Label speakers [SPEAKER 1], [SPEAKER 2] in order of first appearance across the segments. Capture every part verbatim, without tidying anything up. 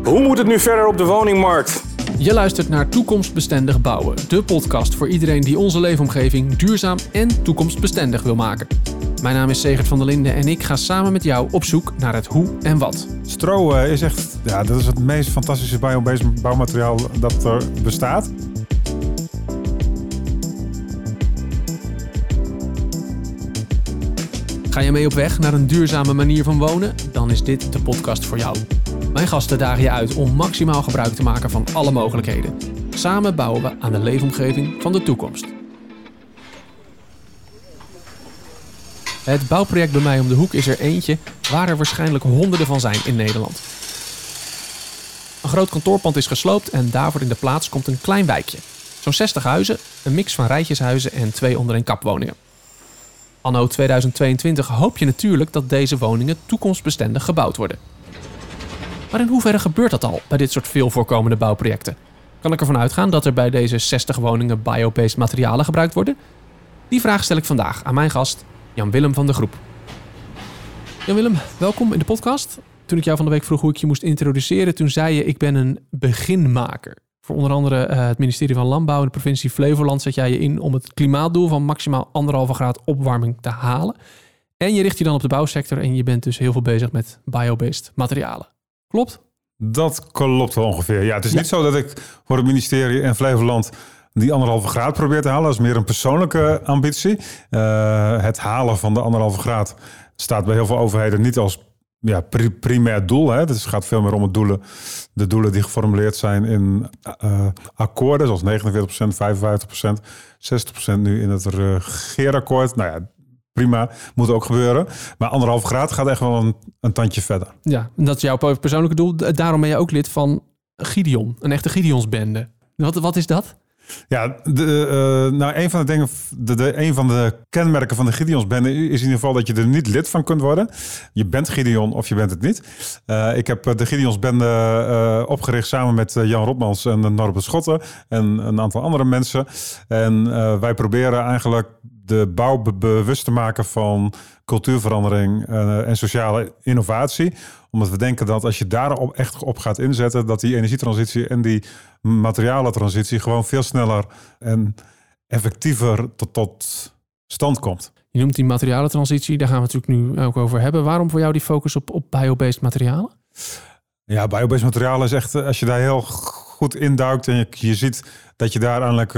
[SPEAKER 1] Hoe moet het nu verder op de woningmarkt?
[SPEAKER 2] Je luistert naar Toekomstbestendig Bouwen, de podcast voor iedereen die onze leefomgeving duurzaam en toekomstbestendig wil maken. Mijn naam is Segert van der Linden en ik ga samen met jou op zoek naar het hoe en wat.
[SPEAKER 3] Stro uh, is echt, ja, dat is het meest fantastische biobased bouwmateriaal dat er bestaat.
[SPEAKER 2] Ga je mee op weg naar een duurzame manier van wonen? Dan is dit de podcast voor jou. Mijn gasten dagen je uit om maximaal gebruik te maken van alle mogelijkheden. Samen bouwen we aan de leefomgeving van de toekomst. Het bouwproject bij mij om de hoek is er eentje waar er waarschijnlijk honderden van zijn in Nederland. Een groot kantoorpand is gesloopt en daarvoor in de plaats komt een klein wijkje. Zo'n zestig huizen, een mix van rijtjeshuizen en twee onder een kap woningen. Anno tweeduizend tweeëntwintig hoop je natuurlijk dat deze woningen toekomstbestendig gebouwd worden. Maar in hoeverre gebeurt dat al bij dit soort veel voorkomende bouwprojecten? Kan ik ervan uitgaan dat er bij deze zestig woningen biobased materialen gebruikt worden? Die vraag stel ik vandaag aan mijn gast Jan-Willem van de Groep. Jan-Willem, welkom in de podcast. Toen ik jou van de week vroeg hoe ik je moest introduceren, toen zei je ik ben een beginmaker. Voor onder andere uh, het ministerie van Landbouw en de provincie Flevoland zet jij je in om het klimaatdoel van maximaal anderhalve graad opwarming te halen. En je richt je dan op de bouwsector en je bent dus heel veel bezig met biobased materialen. Klopt?
[SPEAKER 3] Dat klopt wel ongeveer. Ja, het is
[SPEAKER 2] ja.
[SPEAKER 3] niet zo dat ik voor het ministerie in Flevoland die anderhalve graad probeer te halen. Dat is meer een persoonlijke ambitie. Uh, het halen van de anderhalve graad staat bij heel veel overheden niet als ja, pri- primair doel. Hè. Dus het gaat veel meer om het doelen, de doelen die geformuleerd zijn in uh, akkoorden, zoals negenenveertig procent, vijfenvijftig procent, zestig procent nu in het regeerakkoord. Nou ja, prima, moet ook gebeuren. Maar anderhalf graad gaat echt wel een, een tandje verder.
[SPEAKER 2] Ja, dat is jouw persoonlijke doel. Daarom ben je ook lid van Gideon, een echte Gideonsbende. Wat, wat is dat?
[SPEAKER 3] Ja, de, uh, nou, een van de dingen, de, de, een van de kenmerken van de Gideonsbende is in ieder geval dat je er niet lid van kunt worden. Je bent Gideon of je bent het niet. Uh, ik heb de Gideonsbende uh, opgericht samen met Jan Rotmans en Norbert Schotten en een aantal andere mensen. En uh, wij proberen eigenlijk de bouw be- bewust te maken van cultuurverandering uh, en sociale innovatie. Omdat we denken dat als je daarop echt op gaat inzetten, dat die energietransitie en die materialentransitie gewoon veel sneller en effectiever tot, tot stand komt.
[SPEAKER 2] Je noemt die materialentransitie, daar gaan we het natuurlijk nu ook over hebben. Waarom voor jou die focus op, op biobased materialen?
[SPEAKER 3] Ja, biobased materialen is echt, als je daar heel goed induikt en je, je ziet dat je daar eigenlijk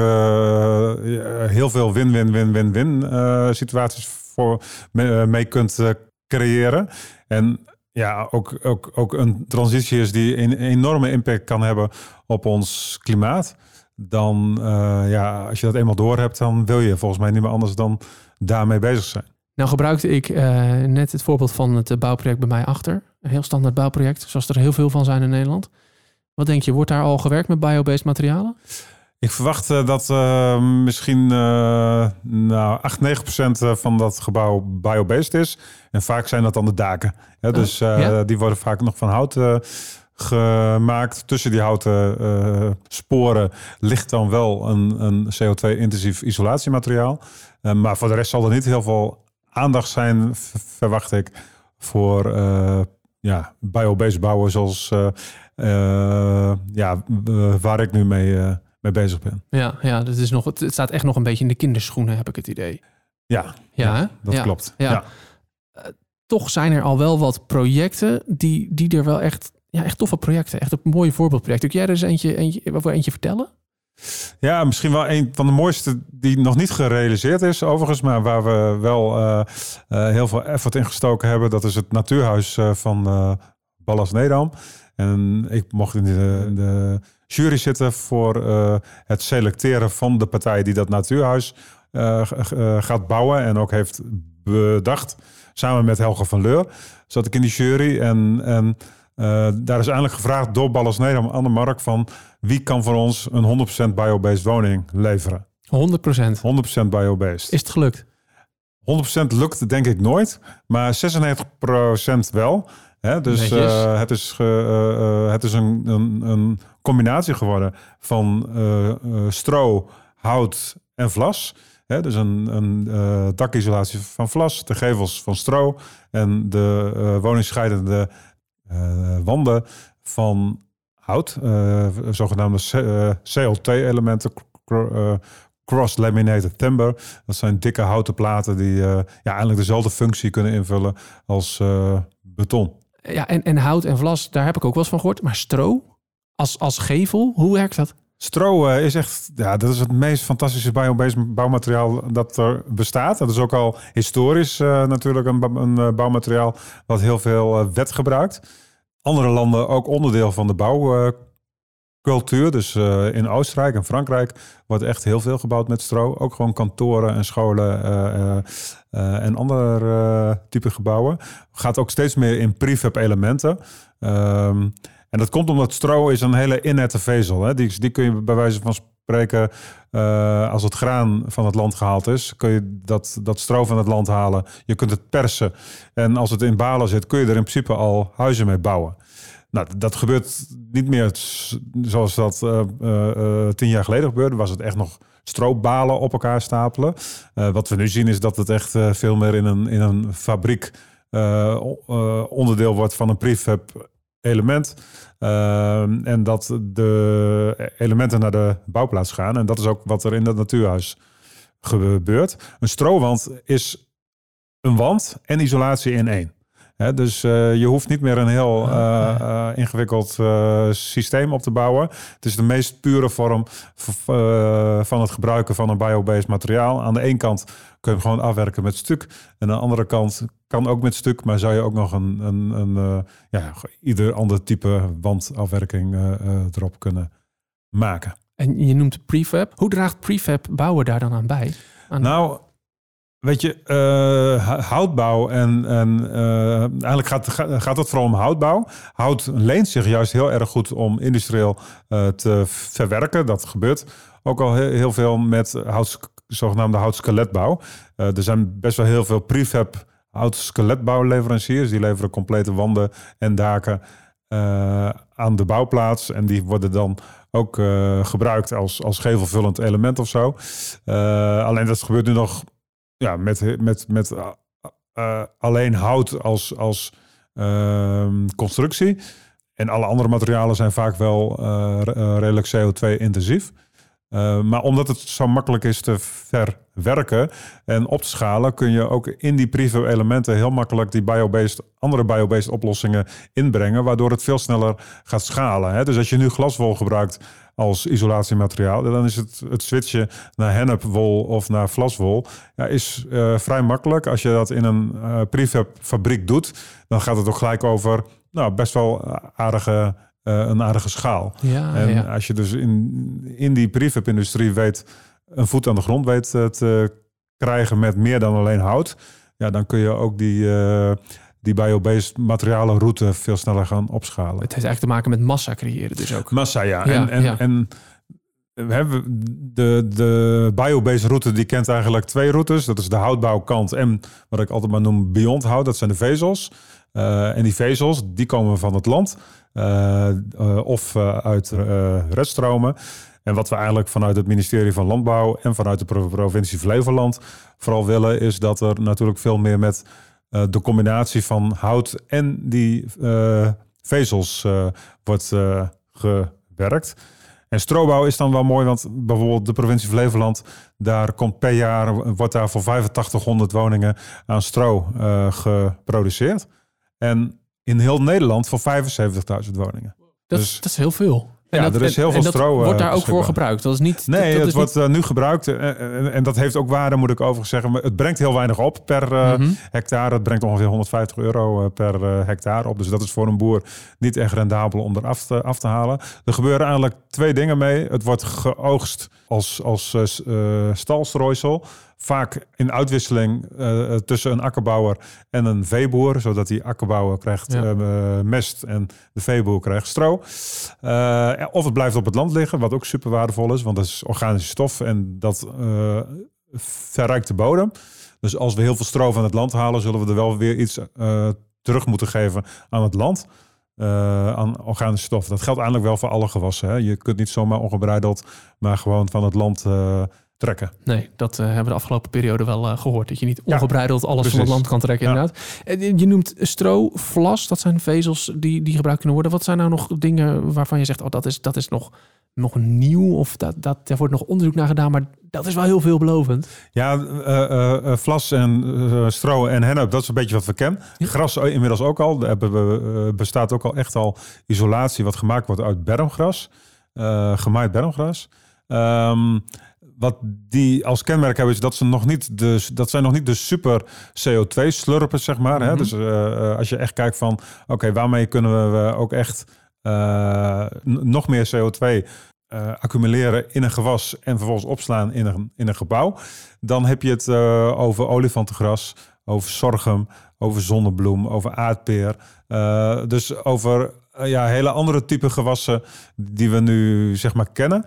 [SPEAKER 3] uh, heel veel win-win-win-win-win uh, situaties voor mee, mee kunt uh, creëren. En ja, ook, ook, ook een transitie is die een enorme impact kan hebben op ons klimaat. Dan, uh, ja, als je dat eenmaal door hebt, dan wil je volgens mij niet meer anders dan daarmee bezig zijn.
[SPEAKER 2] Nou gebruikte ik uh, net het voorbeeld van het bouwproject bij mij achter. Een heel standaard bouwproject, zoals er heel veel van zijn in Nederland. Wat denk je, wordt daar al gewerkt met biobased materialen?
[SPEAKER 3] Ik verwacht uh, dat uh, misschien uh, nou, acht, negen procent van dat gebouw biobased is. En vaak zijn dat dan de daken. Ja, dus uh, ja? Die worden vaak nog van hout uh, gemaakt. Tussen die houten uh, sporen ligt dan wel een, een C O twee intensief isolatiemateriaal. Uh, maar voor de rest zal er niet heel veel aandacht zijn, v- verwacht ik, voor uh, ja, biobased bouwen zoals uh, uh, ja, uh, waar ik nu mee... Uh, mee bezig ben.
[SPEAKER 2] Ja, ja, dat is nog, het staat echt nog een beetje in de kinderschoenen, heb ik het idee.
[SPEAKER 3] Ja,
[SPEAKER 2] ja,
[SPEAKER 3] ja dat
[SPEAKER 2] ja,
[SPEAKER 3] klopt.
[SPEAKER 2] Ja. Ja. Uh, toch zijn er al wel wat projecten die, die er wel echt, ja, echt toffe projecten, echt een mooie voorbeeldprojecten. Kun jij er eens eentje, eentje, over eentje vertellen?
[SPEAKER 3] Ja, misschien wel een van de mooiste die nog niet gerealiseerd is overigens, maar waar we wel uh, uh, heel veel effort in gestoken hebben. Dat is het natuurhuis uh, van uh, Ballast Nedam. En ik mocht in de, in de jury zitten voor uh, het selecteren van de partij die dat natuurhuis uh, uh, gaat bouwen en ook heeft bedacht. Samen met Helge van Leur zat ik in die jury. En, en uh, daar is eindelijk gevraagd door Ballast Nedam aan de markt van wie kan voor ons een honderd procent biobased woning leveren.
[SPEAKER 2] honderd procent?
[SPEAKER 3] honderd procent biobased.
[SPEAKER 2] Is het gelukt?
[SPEAKER 3] honderd procent lukt denk ik nooit, maar zesennegentig procent wel. Hè, dus uh, het is, uh, uh, het is een, een, een combinatie geworden van uh, uh, stro, hout en vlas. Hè, dus een, een uh, dakisolatie van vlas, de gevels van stro en de uh, woningscheidende uh, wanden van hout, uh, zogenaamde uh, C L T-elementen, uh, cross-laminated timber. Dat zijn dikke houten platen die uh, ja, eigenlijk dezelfde functie kunnen invullen als uh, beton.
[SPEAKER 2] Ja, en, en hout en vlas, daar heb ik ook wel eens van gehoord. Maar stro als, als gevel, hoe werkt dat?
[SPEAKER 3] Stro uh, is echt, ja, dat is het meest fantastische biobased bouwmateriaal dat er bestaat. Dat is ook al historisch uh, natuurlijk een, een uh, bouwmateriaal wat heel veel uh, werd gebruikt. Andere landen ook onderdeel van de bouwcultuur. Uh, dus uh, in Oostenrijk en Frankrijk wordt echt heel veel gebouwd met stro. Ook gewoon kantoren en scholen uh, uh, uh, en andere uh, type gebouwen. Gaat ook steeds meer in prefab elementen. Um, En dat komt omdat stro is een hele innette vezel. Hè? Die, die kun je bij wijze van spreken, uh, als het graan van het land gehaald is, kun je dat, dat stro van het land halen. Je kunt het persen. En als het in balen zit, kun je er in principe al huizen mee bouwen. Nou, dat gebeurt niet meer zoals dat uh, uh, uh, tien jaar geleden gebeurde. Was het echt nog stroopbalen op elkaar stapelen. Uh, wat we nu zien is dat het echt uh, veel meer in een, in een fabriek uh, uh, onderdeel wordt van een prefab element. Uh, en dat de elementen naar de bouwplaats gaan. En dat is ook wat er in dat natuurhuis gebeurt. Een strowand is een wand en isolatie in één. He, dus uh, je hoeft niet meer een heel uh, uh, ingewikkeld uh, systeem op te bouwen. Het is de meest pure vorm v- uh, van het gebruiken van een biobased materiaal. Aan de ene kant kun je hem gewoon afwerken met stuk. En aan de andere kant kan ook met stuk, maar zou je ook nog een, een, een uh, ja, ieder ander type wandafwerking uh, uh, erop kunnen maken.
[SPEAKER 2] En je noemt prefab. Hoe draagt prefab bouwen daar dan aan bij? Aan...
[SPEAKER 3] Nou, weet je, uh, houtbouw en, en uh, eigenlijk gaat, gaat het vooral om houtbouw. Hout leent zich juist heel erg goed om industrieel uh, te verwerken. Dat gebeurt ook al heel, heel veel met hout, zogenaamde houtskeletbouw. Uh, er zijn best wel heel veel prefab houtskeletbouwleveranciers. Die leveren complete wanden en daken uh, aan de bouwplaats. En die worden dan ook uh, gebruikt als, als gevelvullend element of zo. Uh, alleen dat gebeurt nu nog ja, met, met, met uh, uh, alleen hout als, als uh, constructie. En alle andere materialen zijn vaak wel uh, redelijk C O twee intensief. Uh, maar omdat het zo makkelijk is te verwerken en op te schalen, kun je ook in die prefab elementen heel makkelijk die biobased, andere biobased oplossingen inbrengen, waardoor het veel sneller gaat schalen. Hè? Dus als je nu glaswol gebruikt als isolatiemateriaal, dan is het, het switchen naar hennepwol of naar vlaswol ja, is uh, vrij makkelijk. Als je dat in een uh, prefab fabriek doet, dan gaat het ook gelijk over nou, best wel aardige Uh, een aardige schaal.
[SPEAKER 2] Ja,
[SPEAKER 3] en
[SPEAKER 2] ja.
[SPEAKER 3] als je dus in, in die prefab-industrie weet een voet aan de grond weet uh, te krijgen met meer dan alleen hout, ja, dan kun je ook die, uh, die biobased materialenroute veel sneller gaan opschalen.
[SPEAKER 2] Het heeft eigenlijk te maken met massa creëren dus ook.
[SPEAKER 3] Massa, ja.
[SPEAKER 2] ja
[SPEAKER 3] en, en,
[SPEAKER 2] ja.
[SPEAKER 3] en we hebben de, de biobased route, die kent eigenlijk twee routes. Dat is de houtbouwkant en wat ik altijd maar noem beyond hout. Dat zijn de vezels. Uh, en die vezels, die komen van het land. Uh, uh, of uh, uit uh, reststromen. En wat we eigenlijk vanuit het ministerie van Landbouw en vanuit de provincie Flevoland vooral willen, is dat er natuurlijk veel meer met uh, de combinatie van hout en die uh, vezels uh, wordt uh, gewerkt. En strobouw is dan wel mooi, want bijvoorbeeld de provincie Flevoland, daar komt per jaar, wordt daar voor vijfentachtighonderd woningen aan stro uh, geproduceerd. En in heel Nederland voor vijfenzeventigduizend woningen.
[SPEAKER 2] Dat,
[SPEAKER 3] dus,
[SPEAKER 2] dat is heel veel. En
[SPEAKER 3] ja,
[SPEAKER 2] dat,
[SPEAKER 3] er is heel
[SPEAKER 2] en,
[SPEAKER 3] veel
[SPEAKER 2] en
[SPEAKER 3] stro.
[SPEAKER 2] Dat wordt daar ook voor
[SPEAKER 3] beschikbaar.
[SPEAKER 2] gebruikt. Dat is niet.
[SPEAKER 3] Nee,
[SPEAKER 2] dat, dat
[SPEAKER 3] het
[SPEAKER 2] is
[SPEAKER 3] wordt
[SPEAKER 2] niet...
[SPEAKER 3] uh, nu gebruikt. En, en, en dat heeft ook waarde, moet ik overigens zeggen. Maar het brengt heel weinig op per uh,
[SPEAKER 2] mm-hmm.
[SPEAKER 3] hectare. Het brengt ongeveer honderdvijftig euro uh, per uh, hectare op. Dus dat is voor een boer niet echt rendabel om eraf te, af te halen. Er gebeuren eigenlijk twee dingen mee. Het wordt geoogst als, als uh, uh, stalstrooisel. Vaak in uitwisseling uh, tussen een akkerbouwer en een veeboer. Zodat die akkerbouwer krijgt ja. uh, mest en de veeboer krijgt stro. Uh, of het blijft op het land liggen, wat ook super waardevol is. Want dat is organische stof en dat uh, verrijkt de bodem. Dus als we heel veel stro van het land halen, zullen we er wel weer iets uh, terug moeten geven aan het land. Uh, aan organische stof. Dat geldt eigenlijk wel voor alle gewassen. Hè? Je kunt niet zomaar ongebreideld, maar gewoon van het land uh, trekken.
[SPEAKER 2] Nee, dat uh, hebben we de afgelopen periode wel uh, gehoord. Dat je niet ongebreideld ja, alles precies. van het land kan trekken, ja. inderdaad. En je noemt stro, vlas, dat zijn vezels die, die gebruikt kunnen worden. Wat zijn nou nog dingen waarvan je zegt, oh, dat is, dat is nog, nog nieuw of dat, dat, daar wordt nog onderzoek naar gedaan, maar dat is wel heel veelbelovend.
[SPEAKER 3] Ja, uh, uh, vlas en uh, stro en hennep, dat is een beetje wat we kennen. Ja. Gras inmiddels ook al. Er uh, bestaat ook al echt al isolatie wat gemaakt wordt uit bermgras. Uh, gemaaid bermgras. Um, Wat die als kenmerk hebben is dat ze nog niet de, dat zijn nog niet de super C O twee slurpers, zeg maar. Mm-hmm. Hè? Dus uh, als je echt kijkt van, oké, okay, waarmee kunnen we ook echt uh, n- nog meer C O twee uh, accumuleren in een gewas en vervolgens opslaan in een, in een gebouw. Dan heb je het uh, over olifantengras, over sorghum, over zonnebloem, over aardpeer. Uh, dus over uh, ja, hele andere type gewassen die we nu zeg maar kennen.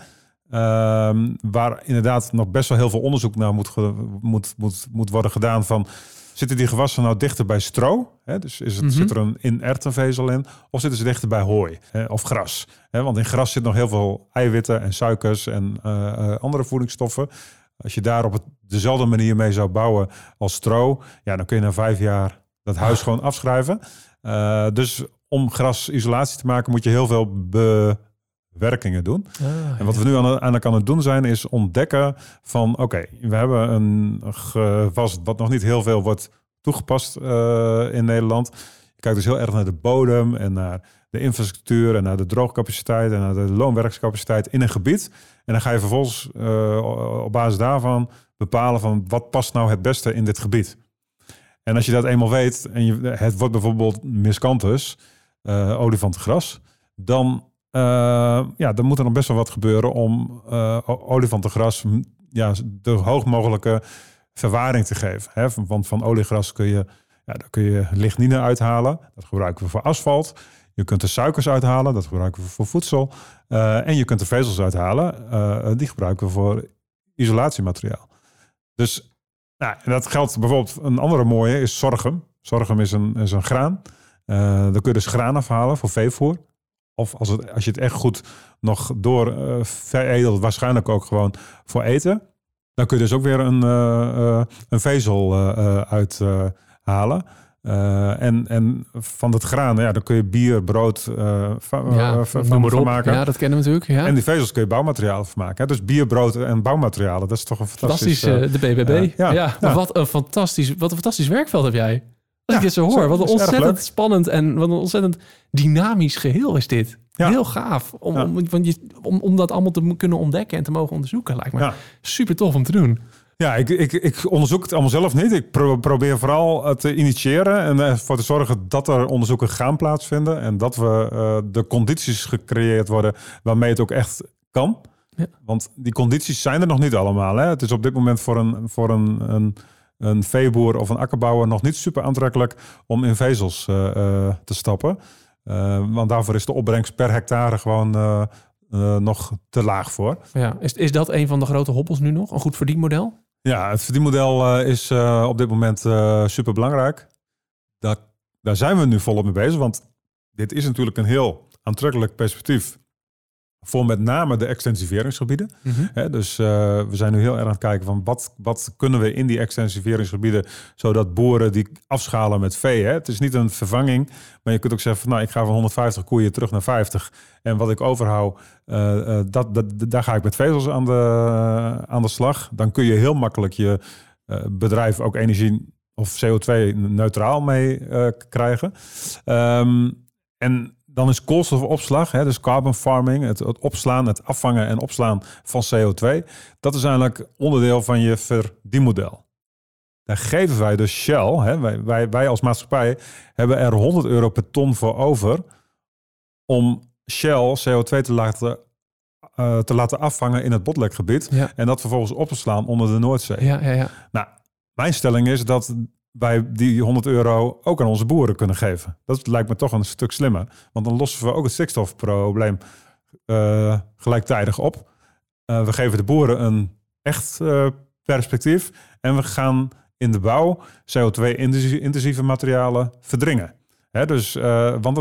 [SPEAKER 3] Um, waar inderdaad nog best wel heel veel onderzoek naar moet, moet, moet, moet worden gedaan van, zitten die gewassen nou dichter bij stro? Hè? Dus is het, mm-hmm. zit er een inertenvezel in? Of zitten ze dichter bij hooi hè? Of gras? Hè? Want in gras zit nog heel veel eiwitten en suikers en uh, uh, andere voedingsstoffen. Als je daar op het, dezelfde manier mee zou bouwen als stro, ja, dan kun je na vijf jaar dat huis ah. gewoon afschrijven. Uh, dus om grasisolatie te maken moet je heel veel be... werkingen doen. Ah, en wat ja. we nu aan, aan, aan het doen zijn, is ontdekken van, oké, okay, we hebben een gewas wat nog niet heel veel wordt toegepast uh, in Nederland. Je kijkt dus heel erg naar de bodem en naar de infrastructuur en naar de droogcapaciteit en naar de loonwerkscapaciteit in een gebied. En dan ga je vervolgens uh, op basis daarvan bepalen van wat past nou het beste in dit gebied. En als je dat eenmaal weet en je, het wordt bijvoorbeeld miscanthus, uh, olifantengras, dan Uh, ja, dan moet er nog best wel wat gebeuren om uh, olifantengras ja, de hoog mogelijke verwaring te geven. Hè? Want van oliegras kun je, ja, daar kun je lignine uithalen. Dat gebruiken we voor asfalt. Je kunt er suikers uithalen. Dat gebruiken we voor voedsel. Uh, en je kunt er vezels uithalen. Uh, die gebruiken we voor isolatiemateriaal. Dus nou, en dat geldt bijvoorbeeld, een andere mooie is sorghum. Sorghum is een, is een graan. Uh, dan kun je dus graan afhalen voor veevoer. Of als, het, als je het echt goed nog door uh, veredelt, waarschijnlijk ook gewoon voor eten. Dan kun je dus ook weer een, uh, uh, een vezel uh, uithalen. Uh, uh, en, en van het graan, ja, dan kun je bier, brood uh, van,
[SPEAKER 2] ja,
[SPEAKER 3] uh, van, van maken.
[SPEAKER 2] Ja, dat kennen we natuurlijk. Ja.
[SPEAKER 3] En die vezels kun je bouwmaterialen van maken. Hè? Dus bier, brood en bouwmaterialen, dat is toch een fantastisch...
[SPEAKER 2] Fantastisch, uh, de B B B. Uh, ja, ja, ja. Wat, een fantastisch, wat een fantastisch werkveld heb jij. Als ja, ik dit zo hoor, wat een ontzettend spannend en wat een ontzettend dynamisch geheel is dit. Ja. Heel gaaf om, ja. om, om, om, om dat allemaal te kunnen ontdekken en te mogen onderzoeken. Lijkt me ja. super tof om te doen.
[SPEAKER 3] Ja, ik, ik, ik onderzoek het allemaal zelf niet. Ik pro- probeer vooral te initiëren en ervoor te zorgen dat er onderzoeken gaan plaatsvinden. En dat we uh, de condities gecreëerd worden waarmee het ook echt kan. Ja. Want die condities zijn er nog niet allemaal. Hè? Het is op dit moment voor een... Voor een, een een veeboer of een akkerbouwer nog niet super aantrekkelijk om in vezels uh, uh, te stappen. Uh, want daarvoor is de opbrengst per hectare gewoon uh, uh, nog te laag voor.
[SPEAKER 2] Ja, is, is dat een van de grote hobbels nu nog? Een goed verdienmodel?
[SPEAKER 3] Ja, het verdienmodel uh, is uh, op dit moment uh, super belangrijk. Daar, daar zijn we nu volop mee bezig. Want dit is natuurlijk een heel aantrekkelijk perspectief voor met name de extensiveringsgebieden. Mm-hmm. He, dus uh, we zijn nu heel erg aan het kijken van wat, wat kunnen we in die extensiveringsgebieden, zodat boeren die afschalen met vee. Hè? Het is niet een vervanging, maar je kunt ook zeggen van, nou, ik ga van honderdvijftig koeien terug naar vijftig. En wat ik overhoud, uh, uh, dat, dat, daar ga ik met vezels aan de, uh, aan de slag. Dan kun je heel makkelijk je uh, bedrijf ook energie of C O twee neutraal mee uh, krijgen. Um, en dan is koolstofopslag, hè, dus carbon farming, het, het opslaan, het afvangen en opslaan van C O twee. Dat is eigenlijk onderdeel van je verdienmodel. Daar geven wij dus Shell, hè, wij, wij, wij als maatschappij hebben er honderd euro per ton voor over om Shell C O twee te laten, uh, te laten afvangen in het Botlekgebied. Ja. En dat vervolgens op te slaan onder de Noordzee.
[SPEAKER 2] Ja, ja, ja.
[SPEAKER 3] Nou, mijn stelling is dat wij die honderd euro ook aan onze boeren kunnen geven. Dat lijkt me toch een stuk slimmer. Want dan lossen we ook het stikstofprobleem uh, gelijktijdig op. Uh, we geven de boeren een echt uh, perspectief. En we gaan in de bouw C O twee intensieve materialen verdringen. Hè, dus, uh, want dat is het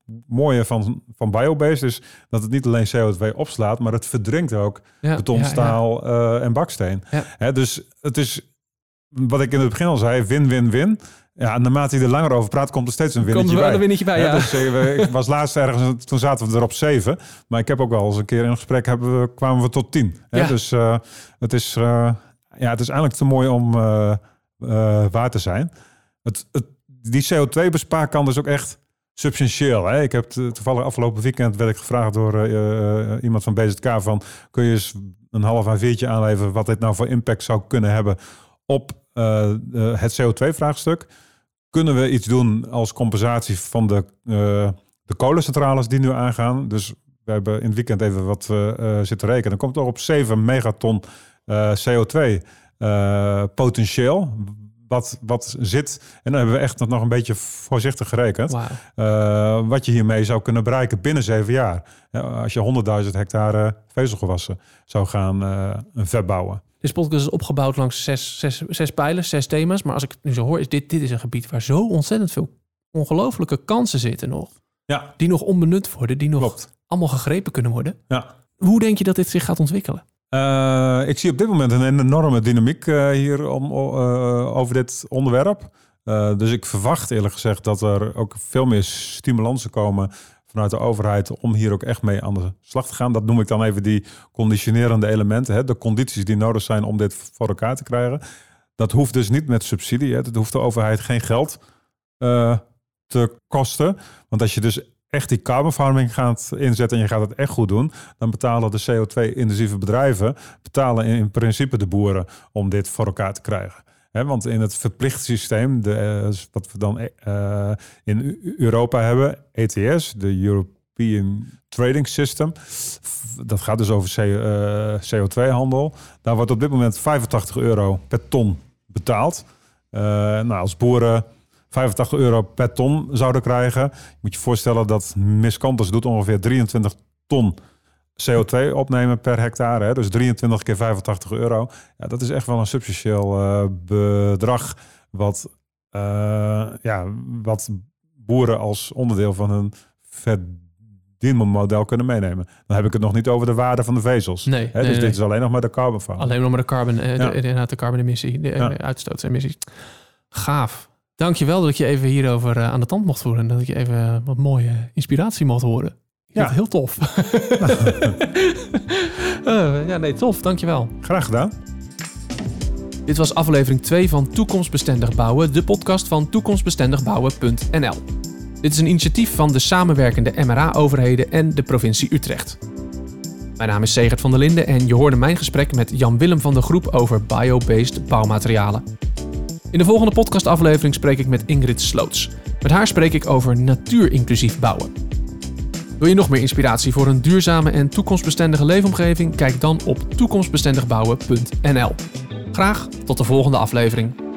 [SPEAKER 3] mooie van, van biobased is dat het niet alleen C O twee opslaat, maar het verdrinkt ook
[SPEAKER 2] Ja,
[SPEAKER 3] beton,
[SPEAKER 2] ja, ja.
[SPEAKER 3] staal uh, en baksteen.
[SPEAKER 2] Ja.
[SPEAKER 3] Hè, dus het is, wat ik in het begin al zei, win, win, win. Ja, en naarmate je er langer over praat, komt er steeds een winnetje
[SPEAKER 2] Komt er
[SPEAKER 3] bij.
[SPEAKER 2] wel een winnetje bij,
[SPEAKER 3] Hè,
[SPEAKER 2] ja.
[SPEAKER 3] dus, uh, ik was laatst ergens, toen zaten we er op zeven. Maar ik heb ook wel eens een keer in een gesprek, hebben we, kwamen we tot tien. Hè?
[SPEAKER 2] Ja.
[SPEAKER 3] Dus uh, het, is, uh, ja, het is eigenlijk te mooi om uh, uh, waar te zijn. Het, het, die C O twee bespaarkant is ook echt substantieel. Hè? Ik heb t- toevallig afgelopen weekend werd ik gevraagd door uh, uh, iemand van B Z K van, kun je eens een half A viertje aanleveren wat dit nou voor impact zou kunnen hebben op uh, uh, het C O twee vraagstuk. Kunnen we iets doen als compensatie van de, uh, de kolencentrales die nu aangaan? Dus we hebben in het weekend even wat uh, uh, zitten rekenen. Dan komt het toch op zeven megaton uh, C O twee uh, potentieel. Wat, wat zit, en dan hebben we echt nog een beetje voorzichtig gerekend.
[SPEAKER 2] Wauw.
[SPEAKER 3] Uh, wat je hiermee zou kunnen bereiken binnen zeven jaar. Uh, als je honderdduizend hectare vezelgewassen zou gaan uh, verbouwen.
[SPEAKER 2] Deze podcast is opgebouwd langs zes, zes, zes pijlers, zes thema's. Maar als ik het nu zo hoor, is dit, dit is een gebied waar zo ontzettend veel ongelofelijke kansen zitten nog.
[SPEAKER 3] Ja,
[SPEAKER 2] Die nog onbenut worden, die nog
[SPEAKER 3] klopt.
[SPEAKER 2] allemaal gegrepen kunnen worden.
[SPEAKER 3] Ja.
[SPEAKER 2] Hoe denk je dat dit zich gaat ontwikkelen?
[SPEAKER 3] Uh, ik zie op dit moment een enorme dynamiek uh, hier om, uh, over dit onderwerp. Uh, dus ik verwacht eerlijk gezegd dat er ook veel meer stimulansen komen vanuit de overheid om hier ook echt mee aan de slag te gaan. Dat noem ik dan even die conditionerende elementen. Hè? De condities die nodig zijn om dit voor elkaar te krijgen. Dat hoeft dus niet met subsidie. Hè? Dat hoeft de overheid geen geld uh, te kosten. Want als je dus echt die carbon farming gaat inzetten en je gaat het echt goed doen, dan betalen de C O twee-intensieve bedrijven, betalen in, in principe de boeren om dit voor elkaar te krijgen. He, want in het verplicht systeem, de, uh, wat we dan uh, in Europa hebben, E T S, de European Trading System, dat gaat dus over C O twee-handel. Daar wordt op dit moment vijfentachtig euro per ton betaald. Uh, nou, als boeren vijfentachtig euro per ton zouden krijgen, je moet je voorstellen dat Miscanthus doet ongeveer drieëntwintig ton C O twee opnemen per hectare. Hè? Dus drieëntwintig keer vijfentachtig euro. Ja, dat is echt wel een substantieel uh, bedrag wat, uh, ja, wat boeren als onderdeel van hun verdienmodel kunnen meenemen. Dan heb ik het nog niet over de waarde van de vezels.
[SPEAKER 2] Nee,
[SPEAKER 3] Hè?
[SPEAKER 2] nee,
[SPEAKER 3] Dus
[SPEAKER 2] nee.
[SPEAKER 3] dit is alleen nog maar de carbon farm.
[SPEAKER 2] Alleen nog maar de carbon, uh,
[SPEAKER 3] Ja.
[SPEAKER 2] de, de, de carbonemissie, de
[SPEAKER 3] Ja.
[SPEAKER 2] uh, uitstootsemissie. Gaaf. Dankjewel dat ik je even hierover uh, aan de tand mocht voeren. En dat ik je even uh, wat mooie inspiratie mocht horen. Ja,
[SPEAKER 3] Ja.
[SPEAKER 2] heel tof. uh, ja, nee, tof. Dankjewel.
[SPEAKER 3] Graag gedaan.
[SPEAKER 2] Dit was aflevering twee van Toekomstbestendig Bouwen, de podcast van toekomstbestendig bouwen punt n l. Dit is een initiatief van de samenwerkende M R A-overheden en de provincie Utrecht. Mijn naam is Segert van der Linden en je hoorde mijn gesprek met Jan-Willem van de Groep over biobased bouwmaterialen. In de volgende podcastaflevering spreek ik met Ingrid Sloots. Met haar spreek ik over natuurinclusief bouwen. Wil je nog meer inspiratie voor een duurzame en toekomstbestendige leefomgeving? Kijk dan op toekomstbestendig bouwen punt n l. Graag tot de volgende aflevering.